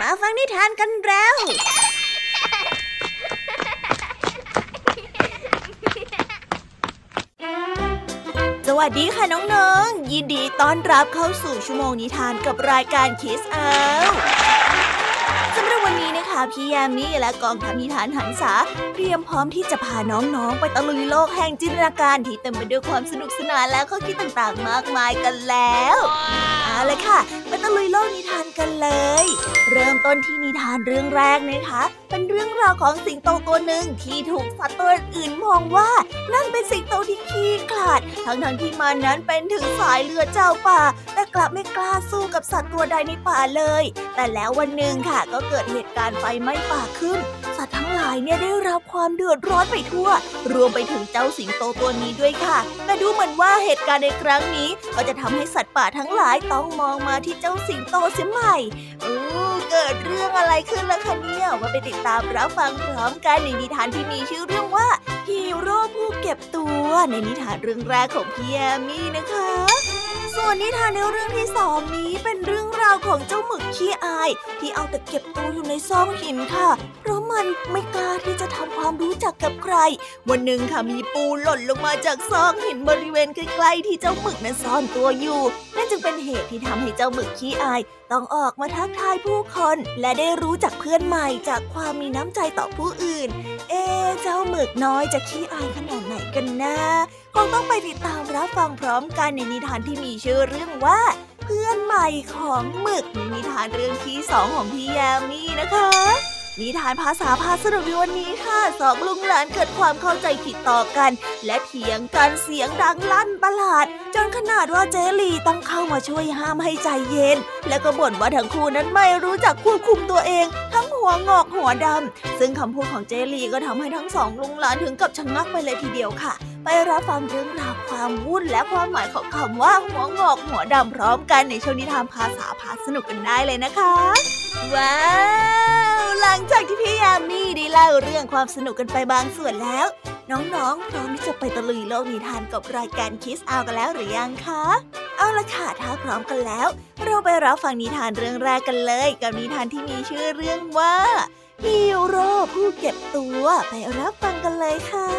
มาฟังนิทานกันแล้วสวัสดีค่ะน้องๆยินดีต้อนรับเข้าสู่ชั่วโมงนิทานกับรายการ Kids Hour สำหรับวันนี้นะคะพี่ยามีและกองทัพนิทานหันษาเตรียมพร้อมที่จะพาน้องๆไปตะลุยโลกแห่งจินตนาการที่เต็มไปด้วยความสนุกสนานและข้อคิดต่างๆมากมายกันแล้วเอาเลยค่ะไปตะลุยโลกนิทานกันเลยเริ่มต้นที่นิทานเรื่องแรกนะคะเป็นเรื่องราวของสิงโตตัวหนึ่งที่ถูกสัตว์ตัวอื่นมองว่านั่นเป็นสิงโตที่ขี้ขลาดทั้งที่มันนั้นเป็นถึงสายเลือดเจ้าป่าแต่กลับไม่กล้าสู้กับสัตว์ตัวใดในป่าเลยแต่แล้ววันหนึ่งค่ะก็เกิดเหตุการณ์ไฟไหม้ป่าขึ้นสัตว์ทั้งหลายเนี่ยได้รับความเดือดร้อนไปทั่วรวมไปถึงเจ้าสิงโตตัวนี้ด้วยค่ะแต่ดูเหมือนว่าเหตุการณ์ในครั้งนี้ก็จะทำให้สัตว์ป่าทั้งหลายต้องมองมาที่เจ้าสิงโตเสียใหม่เกิดเรื่องอะไรขึ้นล่ะคะเนี่ยมาไปติดตามรับฟังพร้อมกันในนิทานที่มีชื่อเรื่องว่าฮีโร่ผู้เก็บตัวในนิทานเรื่องแรกของพี่แอมมี่นะคะส่วนนิทานในเรื่องที่สองนี้เป็นเรื่องราวของเจ้าหมึกขี้อายที่เอาแต่เก็บตัวอยู่ในซอกหินค่ะเพราะมันไม่กล้าที่จะทำความรู้จักกับใครวันหนึ่งค่ะมีปูหล่นลงมาจากซอกหินบริเวณใกล้ๆที่เจ้าหมึกนั้นซ่อนตัวอยู่นั่นจึงเป็นเหตุที่ทำให้เจ้าหมึกขี้อายต้องออกมาทักทายผู้คนและได้รู้จักเพื่อนใหม่จากความมีน้ำใจต่อผู้อื่นเจ้าหมึกน้อยจะขี้อายขนาดไหนกันนะคงต้องไปติดตามรับฟังพร้อมกันในนิทานที่มีชื่อเรื่องว่าเพื่อนใหม่ของหมึกในนิทานเรื่องที่สองของพี่แยมมี่นะคะนิทานภาษาพาสนุกในวันนี้ค่ะสองลุงหลานเกิดความเข้าใจผิดต่อกันและเถียงกันเสียงดังลั่นตลาดจนขนาดว่าเจลี่ต้องเข้ามาช่วยห้ามให้ใจเย็นและก็บ่นว่าทั้งคู่นั้นไม่รู้จักควบคุมตัวเองทั้งหัวงอกหัวดำซึ่งคำพูดของเจลี่ก็ทำให้ทั้งสองลุงหลานถึงกับชะงักไปเลยทีเดียวค่ะไปรับฟังเรื่องราวความวุ่นและความหมายของคำว่าหัวงอกหัวดำพร้อมกันในช่วงนิทานภาษาพาสนุกกันได้เลยนะคะว้าวหลังจากที่พี่ยามีได้เล่าเรื่องความสนุกกันไปบางส่วนแล้วน้องๆพร้อมที่จะไปตะลุยโลกนิทานกับรายการ Kids Hour กันแล้วหรือยังคะเอาล่ะค่ะถ้าพร้อมกันแล้วเราไปรับฟังนิทานเรื่องแรกกันเลยกับนิทานที่มีชื่อเรื่องว่าฮีโร่ผู้เก็บตัวไปรับฟังกันเลยค่ะ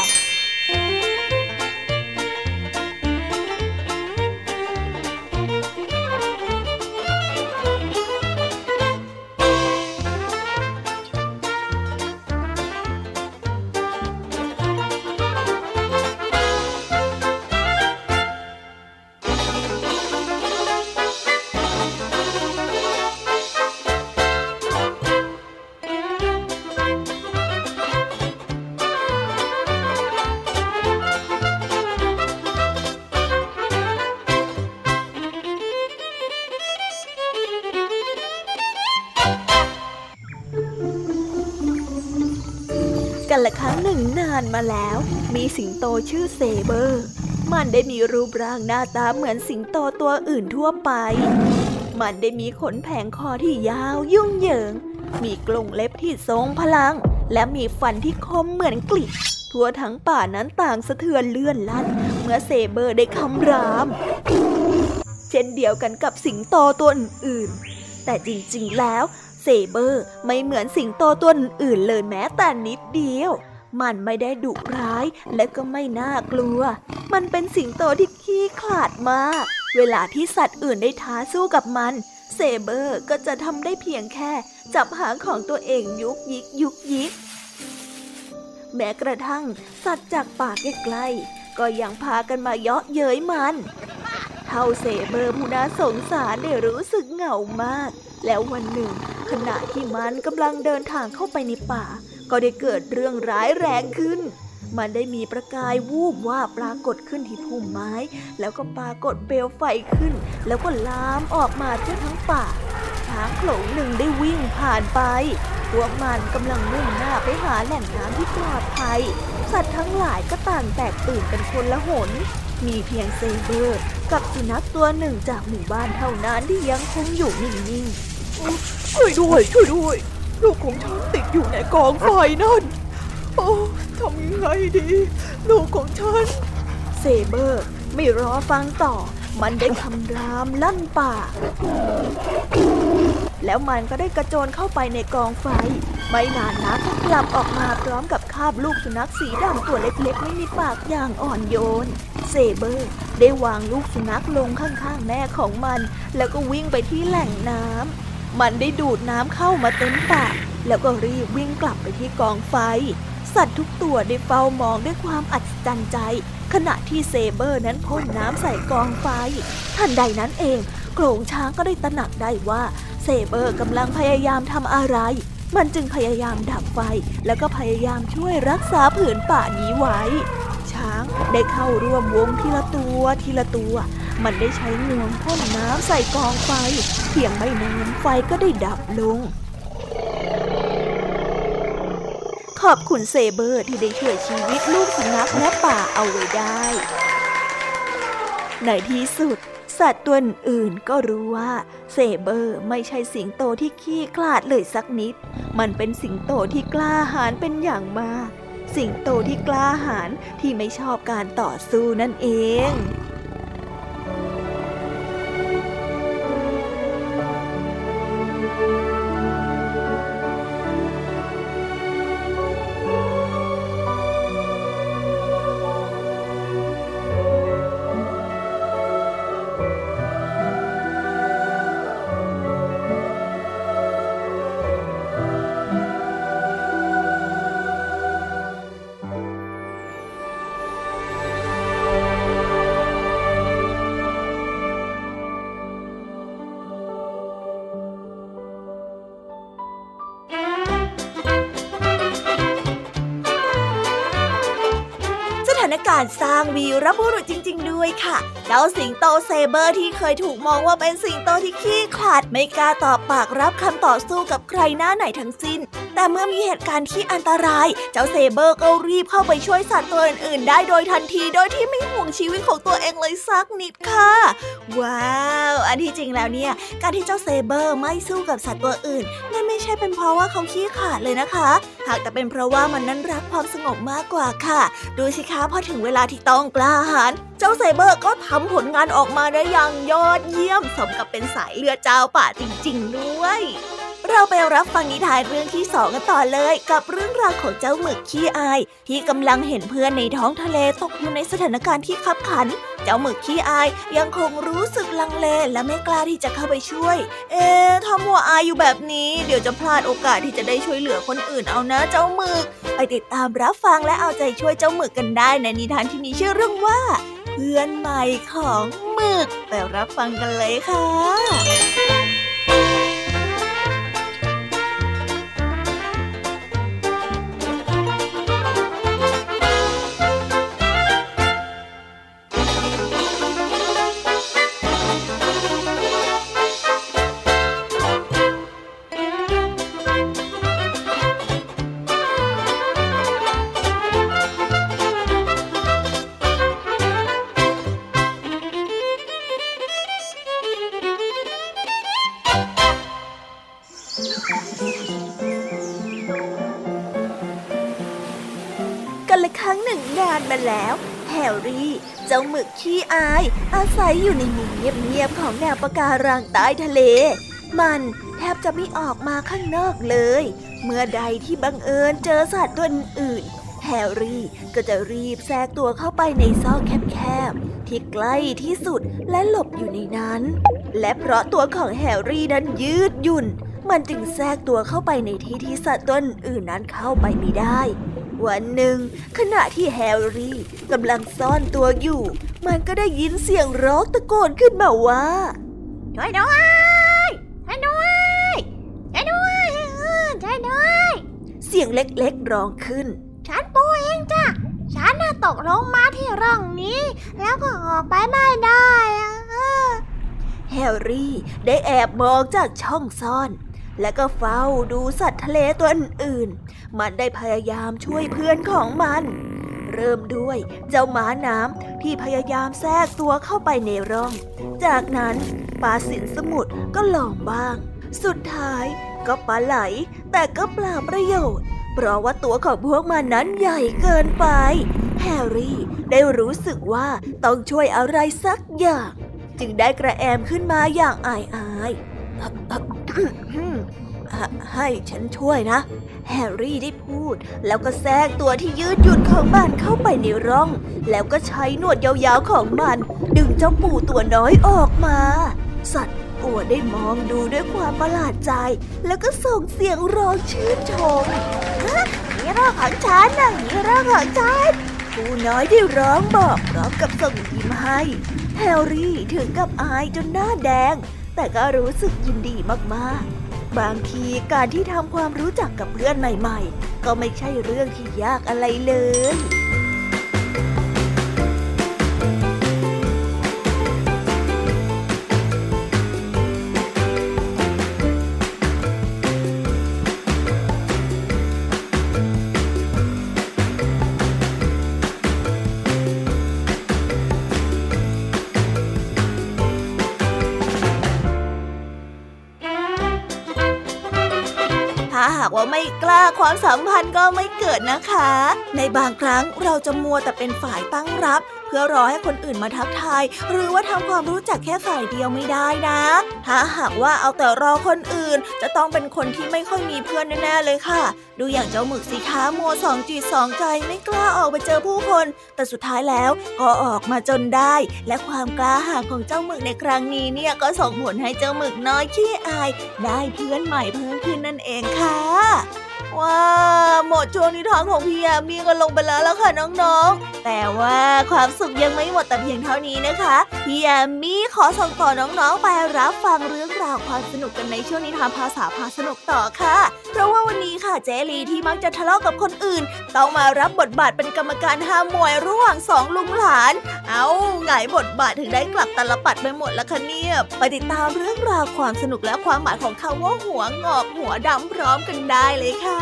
กันละครั้งหนึ่งนานมาแล้วมีสิงโตชื่อเซเบอร์มันได้มีรูปร่างหน้าตาเหมือนสิงโตตัวอื่นทั่วไปมันได้มีขนแผงคอที่ยาวยุ่งเหยิงมีกรงเล็บที่ทรงพลังและมีฟันที่คมเหมือนกฤษทั่วทั้งป่านั้นต่างสะเทือนเลื่อนลั่นเมื่อเซเบอร์ได้คำรามเช่นเดียวกันกับสิงโตตัวอื่นๆแต่จริงๆแล้วเซเบอร์ไม่เหมือนสิงโตตัวอื่นเลยแม้แต่นิดเดียวมันไม่ได้ดุร้ายและก็ไม่น่ากลัวมันเป็นสิงโตที่ขี้ขลาดมากเวลาที่สัตว์อื่นได้ท้าสู้กับมันเซเบอร์ก็จะทำได้เพียงแค่จับหางของตัวเองยุกยิกยุกยิกแม้กระทั่งสัตว์จากป่าใกล้ๆก็ยังพากันมาเยาะเย้ยมันเท่าเซเบอร์ผู้น่าสงสารได้รู้สึกเหงามากแล้ววันหนึ่งขณะที่มันกำลังเดินทางเข้าไปในป่าก็ได้เกิดเรื่องร้ายแรงขึ้นมันได้มีประกายวูบวาบปรากฏขึ้นที่พุ่มไม้แล้วก็ปรากฏเปลวไฟขึ้นแล้วก็ลามออกมาทั่วทั้งป่าช้างโขลงหนึ่งได้วิ่งผ่านไปพวกมันกำลังมุ่งหน้าไปหาแหล่งน้ำที่ปลอดภัยสัตว์ทั้งหลายก็ต่างแตกตื่นกันคนละหนมีเพียงเซเบอร์กับสุนัขตัวหนึ่งจากหมู่บ้านเท่านั้นที่ยังคงอยู่นิ่งๆช่วยด้วยช่วยด้วยลูกของฉันติดอยู่ในกองไฟนั่นโอ้ทำยังไงดีลูกของฉันเซเบอร์ไม่รอฟังต่อมันได้คำรามลั่นป่าแล้วมันก็ได้กระโจนเข้าไปในกองไฟไม่นานนักก็กลับออกมาพร้อมกับคาบลูกสุนัขสีดำตัวเล็กๆไว้ในปากอย่างอ่อนโยนเซเบอร์ได้วางลูกสุนัขลงข้างๆแม่ของมันแล้วก็วิ่งไปที่แหล่งน้ำมันได้ดูดน้ำเข้ามาเต็มปากแล้วก็รีบวิ่งกลับไปที่กองไฟสัตว์ทุกตัวได้เฝ้ามองด้วยความอัศจรรย์ใจขณะที่เซเบอร์นั้นพ่นน้ำใส่กองไฟทันใดนั้นเองโขลงช้างก็ได้ตระหนักได้ว่าเซเบอร์กำลังพยายามทำอะไรมันจึงพยายามดับไฟแล้วก็พยายามช่วยรักษาผืนป่านี้ไว้ช้างได้เข้าร่วมวงทีละตัวมันได้ใช้งวงพ่นน้ำใส่กองไฟเพียงไม่นานไฟก็ได้ดับลงขอบคุณเซเบอร์ที่ได้ช่วยชีวิตลูกสุนัขและป่าเอาไว้ได้ในที่สุดสัตว์ตัวอื่นก็รู้ว่าเซเบอร์ไม่ใช่สิงโตที่ขี้ขลาดเลยสักนิดมันเป็นสิงโตที่กล้าหาญเป็นอย่างมากสิงโตที่กล้าหาญที่ไม่ชอบการต่อสู้นั่นเองการสร้างวีรบุรุษจริงๆด้วยค่ะเจ้าสิงโตเซเบอร์ที่เคยถูกมองว่าเป็นสิงโตที่ขี้ขลาดไม่กล้าตอบปากรับคำต่อสู้กับใครหน้าไหนทั้งสิ้นแต่เมื่อมีเหตุการณ์ที่อันตรายเจ้าเซเบอร์ก็รีบเข้าไปช่วยสัตว์ตัวอื่นๆได้โดยทันทีโดยที่ไม่ห่วงชีวิตของตัวเองเลยสักนิดค่ะว้าวอันที่จริงแล้วเนี่ยการที่เจ้าเซเบอร์ไม่สู้กับสัตว์ตัวอื่นนั่นไม่ใช่เป็นเพราะว่าเขาขี้ขลาดเลยนะคะหากแต่เป็นเพราะว่ามันนั้นรักความสงบมากกว่าค่ะดูสิคะพอถึงเวลาที่ต้องกล้าหาญเจ้าเซเบอร์ก็ทำผลงานออกมาได้อย่างยอดเยี่ยมสมกับเป็นสายเลือดเจ้าป่าจริงๆด้วยเราไปรับฟังนิทานเรื่องที่2กันต่อเลยกับเรื่องราวของเจ้าหมึกขี้อายที่กำลังเห็นเพื่อนในท้องทะเลตกอยู่ในสถานการณ์ที่คับขันเจ้าหมึกขี้อายยังคงรู้สึกลังเลและไม่กล้าที่จะเข้าไปช่วยถ้ามัวอายอยู่แบบนี้เดี๋ยวจะพลาดโอกาสที่จะได้ช่วยเหลือคนอื่นเอานะเจ้าหมึกไปติดตามรับฟังและเอาใจช่วยเจ้าหมึกกันได้ในนิทานที่มีชื่อเรื่องว่าเพื่อนใหม่ของหมึกไปรับฟังกันเลยค่ะมาแล้วแฮร์รี่เจ้าหมึกขี้อายอาศัยอยู่ในมุมเงียบๆของแนวปะการังใต้ทะเลมันแทบจะไม่ออกมาข้างนอกเลยเมื่อใดที่บังเอิญเจอสัตว์ตัวอื่นแฮร์รี่ก็จะรีบแทรกตัวเข้าไปในซอกแคบๆที่ใกล้ที่สุดและหลบอยู่ในนั้นและเพราะตัวของแฮร์รี่นั้นยืดหยุ่นมันจึงแทรกตัวเข้าไปในที่ที่สัตว์ตัวอื่นนั้นเข้าไปไม่ได้วันหนึ่งขณะที่แฮร์รี่กำลังซ่อนตัวอยู่มันก็ได้ยินเสียงร้องตะโกนขึ้นมาว่าช่วยด้วยช่วยด้วยช่วยด้วยช่วยด้วยเสียงเล็กๆร้องขึ้นฉันปูเองจ้ะฉันน่ะตกลงมาที่ร่องนี้แล้วก็ออกไปไม่ได้แฮร์รี่ได้แอบมองจากช่องซ่อนและก็เฝ้าดูสัตว์ทะเลตัวอื่นๆมันได้พยายามช่วยเพื่อนของมันเริ่มด้วยเจ้าม้าน้ำที่พยายามแทรกตัวเข้าไปในร่องจากนั้นปลาสินสมุทรก็ลองบ้างสุดท้ายก็ปลาไหลแต่ก็เปล่าประโยชน์เพราะว่าตัวของพวกมันนั้นใหญ่เกินไปแฮร์รี่ได้รู้สึกว่าต้องช่วยอะไรสักอย่างจึงได้กระแอมขึ้นมาอย่างอายให้ฉันช่วยนะแฮร์รี่ได้พูดแล้วก็แทรกตัวที่ยืดหยุ่นของมันเข้าไปในร่องแล้วก็ใช้หนวดยาวๆของมันดึงเจ้าปูตัวน้อยออกมาสัตว์ตัวได้มองดูด้วยความประหลาดใจแล้วก็ส่งเสียงร้องชื่นชมฮีโร่ของฉันนะฮีโร่ของฉันปูน้อยได้ร้องบอกพร้อมกับส่งยิ้มให้แฮร์รี่ถึงกับอายจนหน้าแดงแต่ก็รู้สึกยินดีมากๆบางทีการที่ทำความรู้จักกับเพื่อนใหม่ๆก็ไม่ใช่เรื่องที่ยากอะไรเลยถ้าหากว่าไม่กล้าความสัมพันธ์ก็ไม่เกิดนะคะในบางครั้งเราจะมัวแต่เป็นฝ่ายตั้งรับเพื่อรอให้คนอื่นมาทักทายหรือว่าทำความรู้จักแค่ฝ่ายเดียวไม่ได้นะถ้าหากว่าเอาแต่รอคนอื่นจะต้องเป็นคนที่ไม่ค่อยมีเพื่อนแน่ๆเลยค่ะดูอย่างเจ้าหมึกสิคะมัวสองจิตสองใจไม่กล้าออกไปเจอผู้คนแต่สุดท้ายแล้วก็ออกมาจนได้และความกล้าหาญของเจ้าหมึกในครั้งนี้เนี่ยก็ส่งผลให้เจ้าหมึกน้อยขี้อายได้เพื่อนใหม่เพิ่มขึ้นนั่นเองค่ะว้าหมดช่วงนิทานของพี่แยมมี่กันลงไปแล้วล่ะค่ะน้องๆแต่ว่าความสุขยังไม่หมดแต่เพียงเท่านี้นะคะพี่แยมมี่ขอส่งต่อน้องๆไปรับฟังเรื่องราวความสนุกกันในช่วงนิทานภาษาพาสนุกต่อค่ะเพราะว่าวันนี้ค่ะเจลีที่มักจะทะเลาะกับคนอื่นต้องมารับบทบาทเป็นกรรมการห้ามมวยระหว่างสองลุงหลานไงบทบาทถึงได้กลับตลปัดไปหมดละคะเนี่ยไปติดตามเรื่องราวความสนุกและความหมายของคำว่าหัวงอกหัวดำพร้อมกันได้เลยค่ะ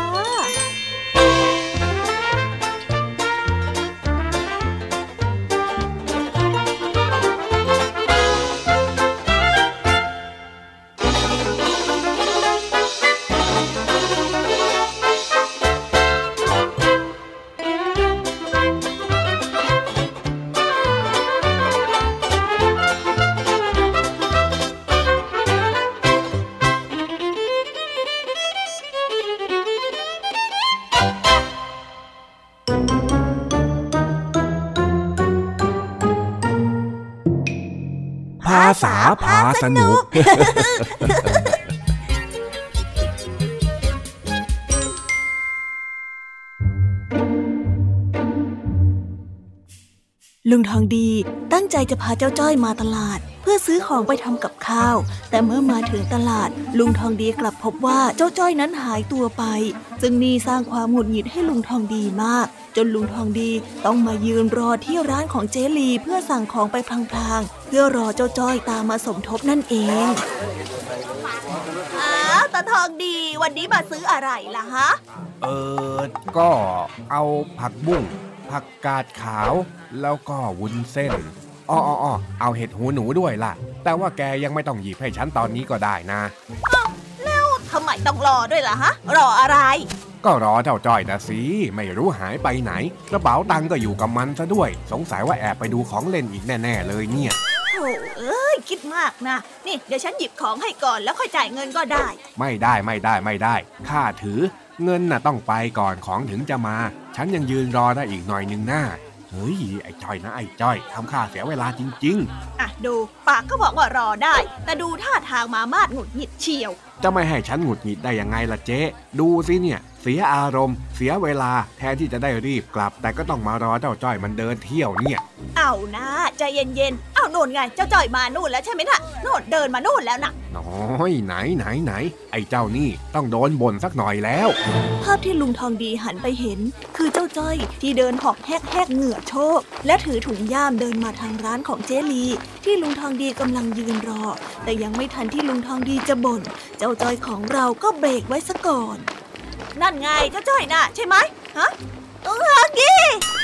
ภาษาพาสนุกลุงทองดีตั้งใจจะพาเจ้าจ้อยมาตลาดเพื่อซื้อของไปทำกับข้าวแต่เมื่อมาถึงตลาดลุงทองดีกลับพบว่าเจ้าจ้อยนั้นหายตัวไปซึ่งนี่สร้างความหงุดหงิดให้ลุงทองดีมากจนลุงทองดีต้องมายืนรอที่ร้านของเจลีเพื่อสั่งของไปพลางๆเพื่อรอเจ้าจ้อยตามมาสมทบนั่นเองตาทองดีวันนี้มาซื้ออะไรล่ะฮะก็เอาผักบุ้งผักกาดขาวแล้วก็วุ้นเส้นเอาเห็ดหูหนูด้วยล่ะแต่ว่าแกยังไม่ต้องหยิบให้ฉันตอนนี้ก็ได้นะแล้วทำไมต้องรอด้วยล่ะฮะรออะไรก็รอเจ้าจ้อยนะสิไม่รู้หายไปไหนกระเป๋าตังค์ก็อยู่กับมันซะด้วยสงสัยว่าแอบไปดูของเล่นอีกแน่ๆเลยเนี่ยโอ้คิดมากนะนี่เดี๋ยวฉันหยิบของให้ก่อนแล้วค่อยจ่ายเงินก็ได้ไม่ได้ข้าถือเงินน่ะต้องไปก่อนของถึงจะมาฉันยังยืนรอได้อีกหน่อยนึงหน้าเฮ้ยไอ้จ้อยนะไอ้จ้อยทำข้าเสียเวลาจริงๆดูปากก็บอกว่ารอได้แต่ดูท่าทางมามาดหงุดหงิดเชียวจะไม่ให้ฉันหงุดหงิดได้ยังไงล่ะเจ๊ดูสิเนี่ยเสียอารมณ์เสียเวลาแทนที่จะได้รีบกลับแต่ก็ต้องมารอเจ้าจ้อยมันเดินเที่ยวเนี่ยเอานะใจเย็นๆโน่นไงเจ้าจ้อยมานู่นแล้วใช่ไหมน่ะโน่นเดินมานู่นแล้วนะน้อยไหนไอ้เจ้านี่ต้องโดนบ่นสักหน่อยแล้วภาพที่ลุงทองดีหันไปเห็นคือเจ้าจ้อยที่เดินหอบแฮกเหงื่อโชกและถือถุงย่ามเดินมาทางร้านของเจลีที่ลุงทองดีกำลังยืนรอแต่ยังไม่ทันที่ลุงทองดีจะบ่นเจ้าจ้อยของเราก็เบรกไว้ซะก่อนนั่นไงเจ้าจ้อยน่ะใช่ไหมฮะลุงทองดี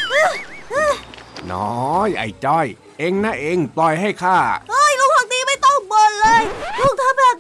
น้อยไอ้จ้อยเองนะเองปล่อยให้ข้าลุงทองดีไม่ต้องบ่นเลยลุงทำแบบนี้กับจ้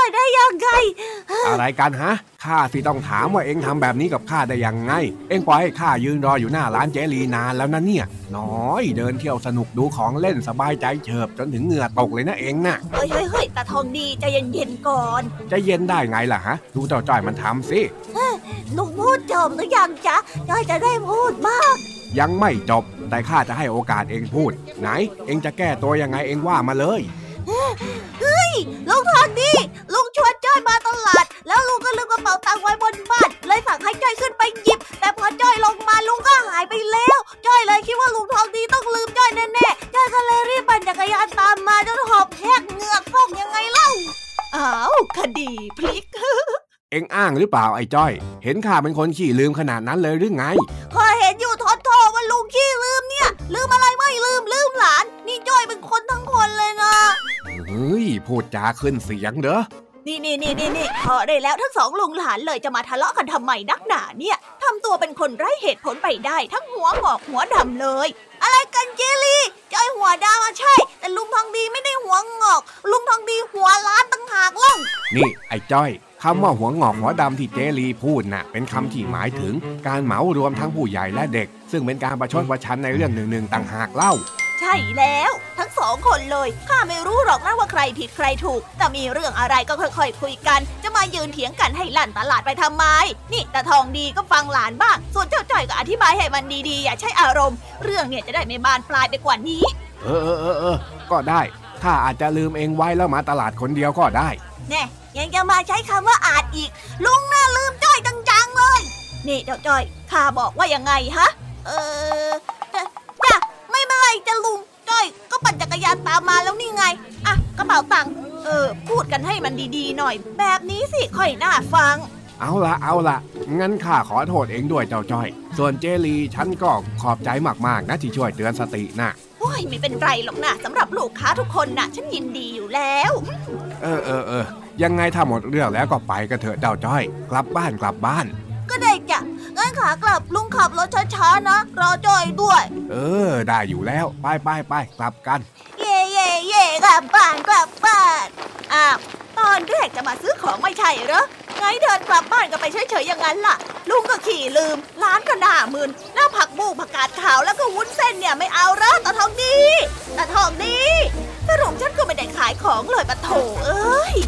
อยได้ยังไงอะไรกันฮะข้าสิต้องถามว่าเอ็งทำแบบนี้กับข้าได้ยังไงเอ็งปล่อยให้ข้ายืนรออยู่หน้าร้านเจลีนานแล้วนะเนี่ยน้อยเดินเที่ยวสนุกดูของเล่นสบายใจเฉิบจนถึงเหงื่อตกเลยนะเอ็งน่ะเฮ้ยตาทองดีใจเย็นๆก่อนใจเย็นได้ไงล่ะฮะดูเจ้าจ้อยมันทำสิลุงพูดจบหรือยังจ๊ะจ้อยจะได้พูดบ้างยังไม่จบแต่ข้าจะให้โอกาสเอ็งพูดไหนเอ็งจะแก้ตัวยังไงเอ็งว่ามาเลยเฮ้ยลุงทองดีลุงชวนจ้อยมาตลาดแล้วลุงก็ลืมกระเป๋าตังค์ไว้บนบ้านเลยสั่งให้จ้อยขึ้นไปหยิบแต่พอจ้อยลงมาลุงก็หายไปแล้วจ้อยเลยคิดว่าลุงทองดีต้องลืมจ้อยแน่ๆจ้อยก็เลยรีบปั่นจักรยานตามมาจนหอบแหกเหงือกฟกยังไงเล่าอ้าวคดีพลิกเอ็งอ้างหรือเปล่าไอ้จ้อยเห็นข้าเป็นคนขี้ลืมขนาดนั้นเลยหรือไงข้าเห็นอยู่ทอดว่าลุงขี้ลืมเนี่ยลืมอะไรไม่ลืมหลานนี่จ้อยเป็นคนทั้งคนเลยนะเฮ้ยพูดจาขึ้นเสียงเด้อนี่พอได้แล้วทั้งสองลุงหลานเลยจะมาทะเลาะกันทำไมนักหนาเนี่ยทำตัวเป็นคนไร้เหตุผลไปได้ทั้งหัวงอกหัวดำเลยอะไรกันเจลี่จ้อยหัวดำใช่แต่ลุงทองดีไม่ได้หัวงอกลุงทองดีหัวล้านตั้งหากล่ะนี่ไอ้จ้อยคำว่าหัวงอกหัวดำที่เจลีพูดน่ะเป็นคำที่หมายถึงการเหมารวมทั้งผู้ใหญ่และเด็กซึ่งเป็นการประชดประชันในเรื่องหนึ่งต่างหากเล่าใช่แล้วทั้งสองคนเลยข้าไม่รู้หรอกนะว่าใครผิดใครถูกแต่มีเรื่องอะไรก็ค่อยๆคุยกันจะมายืนเถียงกันให้ลั่นตลาดไปทำไมนี่ตาทองดีก็ฟังหลานบ้างส่วนเจ้าจ้อยก็อธิบายให้มันดีๆอย่าใช้อารมณ์เรื่องเนี่ยจะได้ไม่บานปลายไปกว่านี้เออก็ได้ข้าอาจจะลืมเองไว้แล้วมาตลาดคนเดียวก็ได้แน่ยังจะมาใช้คำว่าอาจอีกลุงน่าลืมจ้อยจังๆเลยนี่เจ้าจ้อยข้าบอกว่ายังไงฮะจ้ะไม่เป็นไรจะลุงจ้อยก็ปั่นจักรยานตามมาแล้วนี่ไงอ่ะกระเป๋าตังค์พูดกันให้มันดีๆหน่อยแบบนี้สิค่อยน่าฟังเอาละงั้นข้าขอโทษเองด้วยเจ้าจ้อยส่วนเจลีฉันก็ขอบใจมากๆนะที่ช่วยเตือนสตินะโอ้ยไม่เป็นไรหรอกนะสำหรับลูกค้าทุกคนนะฉันยินดีอยู่แล้วยังไงถ้าหมดเรื่องแล้วก็ไปกันเถอะเจ้าจ้อยกลับบ้านก็ได้จ้ะงั้นขากลับลุงขับรถช้าๆนะรอจ้อยด้วยได้อยู่แล้วไปกลับกันเย่กลับบ้านอ้าวตอนแรกจะมาซื้อของไม่ใช่เหรอไงเดินกลับบ้านก็ไปเฉยๆอย่างนั้นล่ะลุงก็ขี่ลืมร้านก็หน้ามึนแล้วผักบุ้งผักกาดขาวแล้วก็วุ้นเส้นเนี่ยไม่เอาเหรอตาทองดีสรุปฉันก็ไม่ได้ขายของเลยปะโถเอ้ย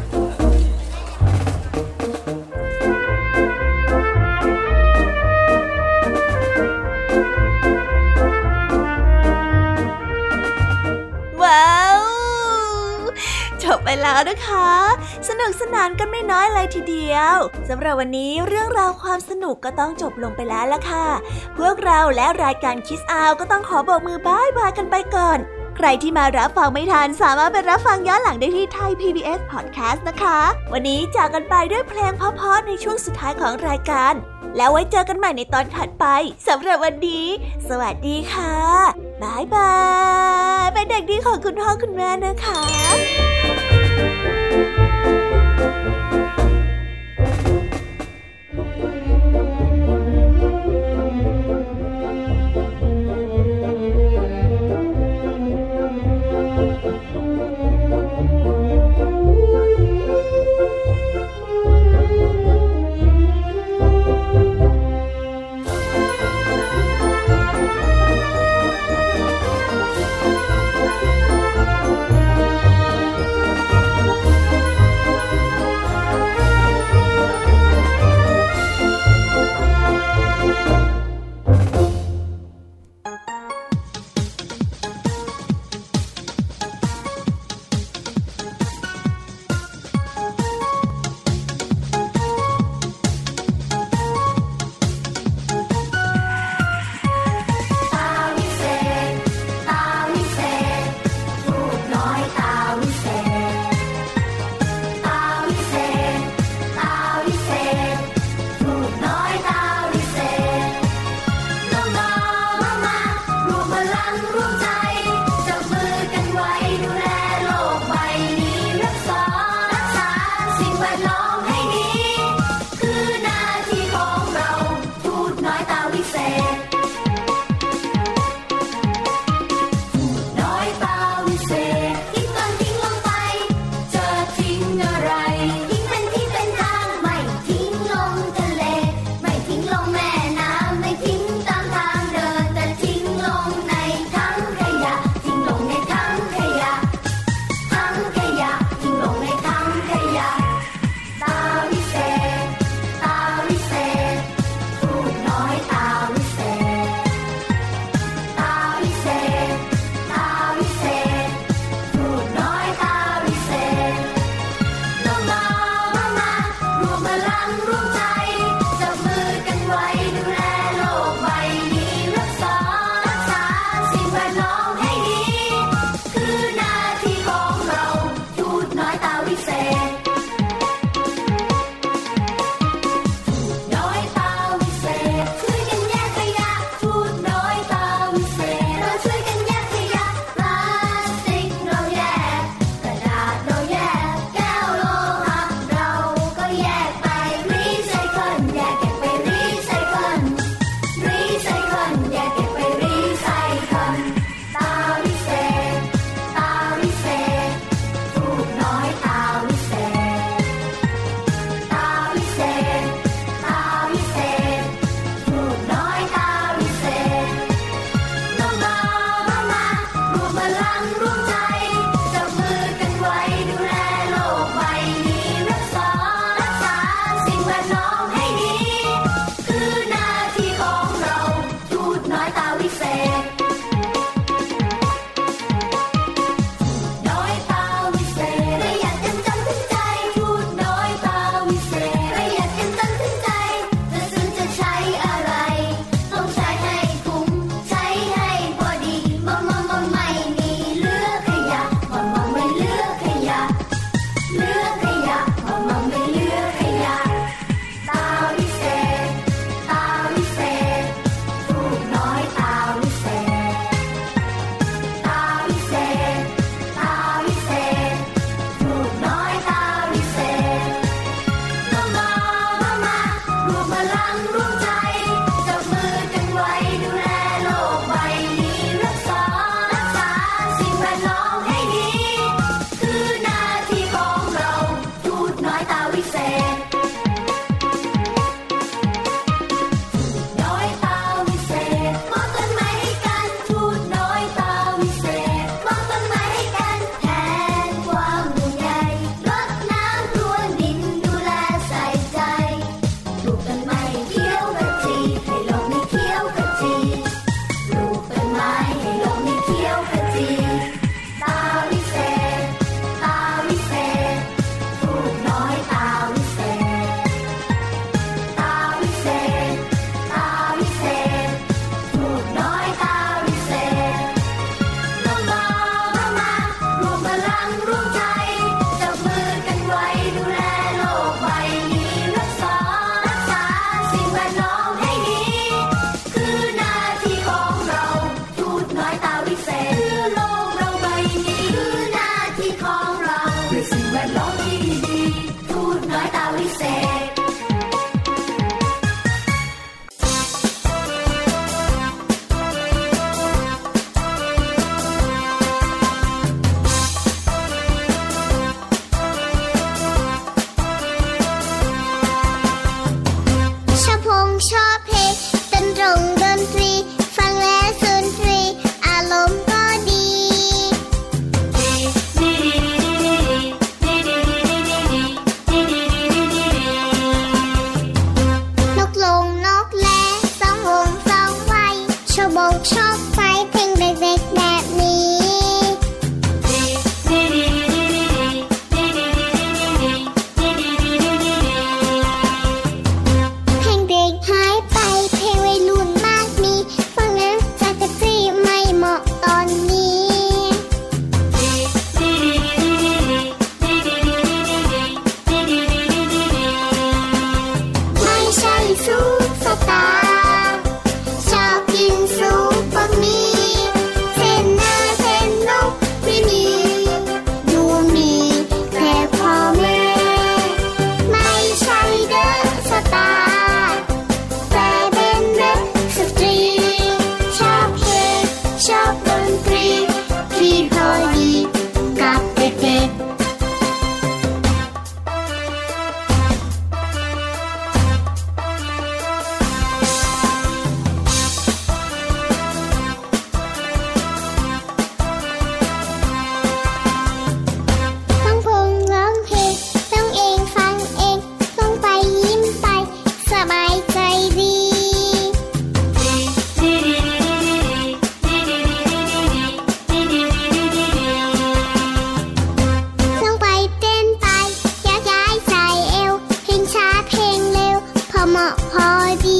จบไปแล้วนะคะสนุกสนานกันไม่น้อยเลยทีเดียวสำหรับวันนี้เรื่องราวความสนุกก็ต้องจบลงไปแล้วล่ะค่ะพวกเราและรายการ Kids Out ก็ต้องขอบอกมือบ๊ายบายกันไปก่อนใครที่มารับฟังไม่ทันสามารถไปรับฟังย้อนหลังได้ที่ Thai PBS Podcast นะคะวันนี้จากกันไปด้วยเพลงเพราะๆในช่วงสุดท้ายของรายการแล้วไว้เจอกันใหม่ในตอนถัดไปสำหรับวันนี้สวัสดีค่ะบ๊ายบายเป็นเด็กดีของคุณพ่อคุณแม่นะคะทิ้งอะไระพอดี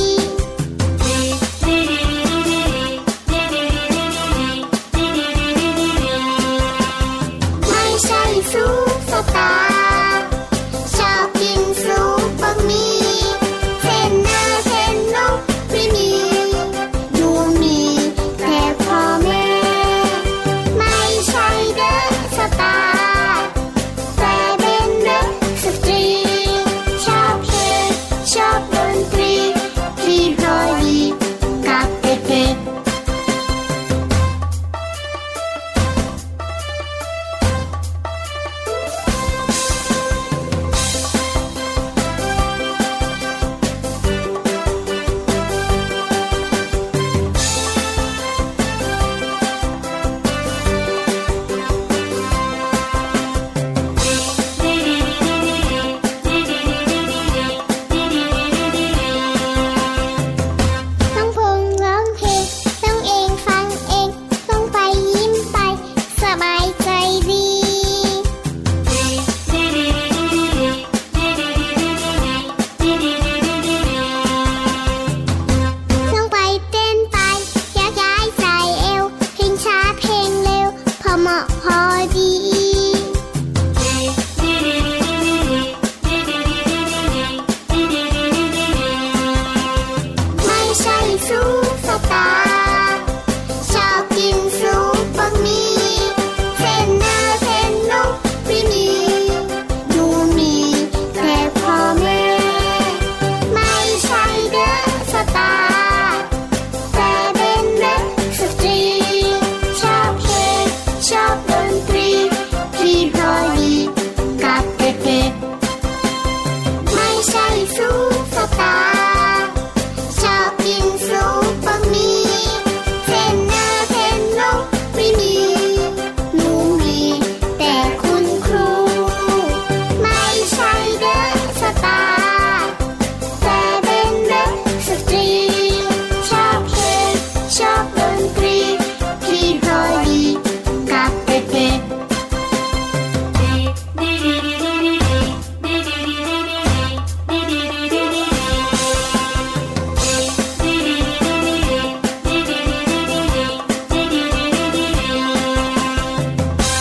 ไม่ใช่ซุปสตาร์ชอบกินซุปบะหมี่เส้นหน้าเส้นนกไม่มีดูมีแต่พ่อแม่ไม่ใช่เดอะสตาร์แต่เป็นเดอะสตรีชอบเพลงชอบดนตรีที่พอดีกับเด็กๆ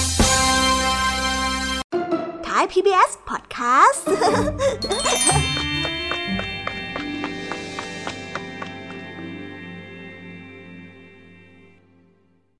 PBS Podcast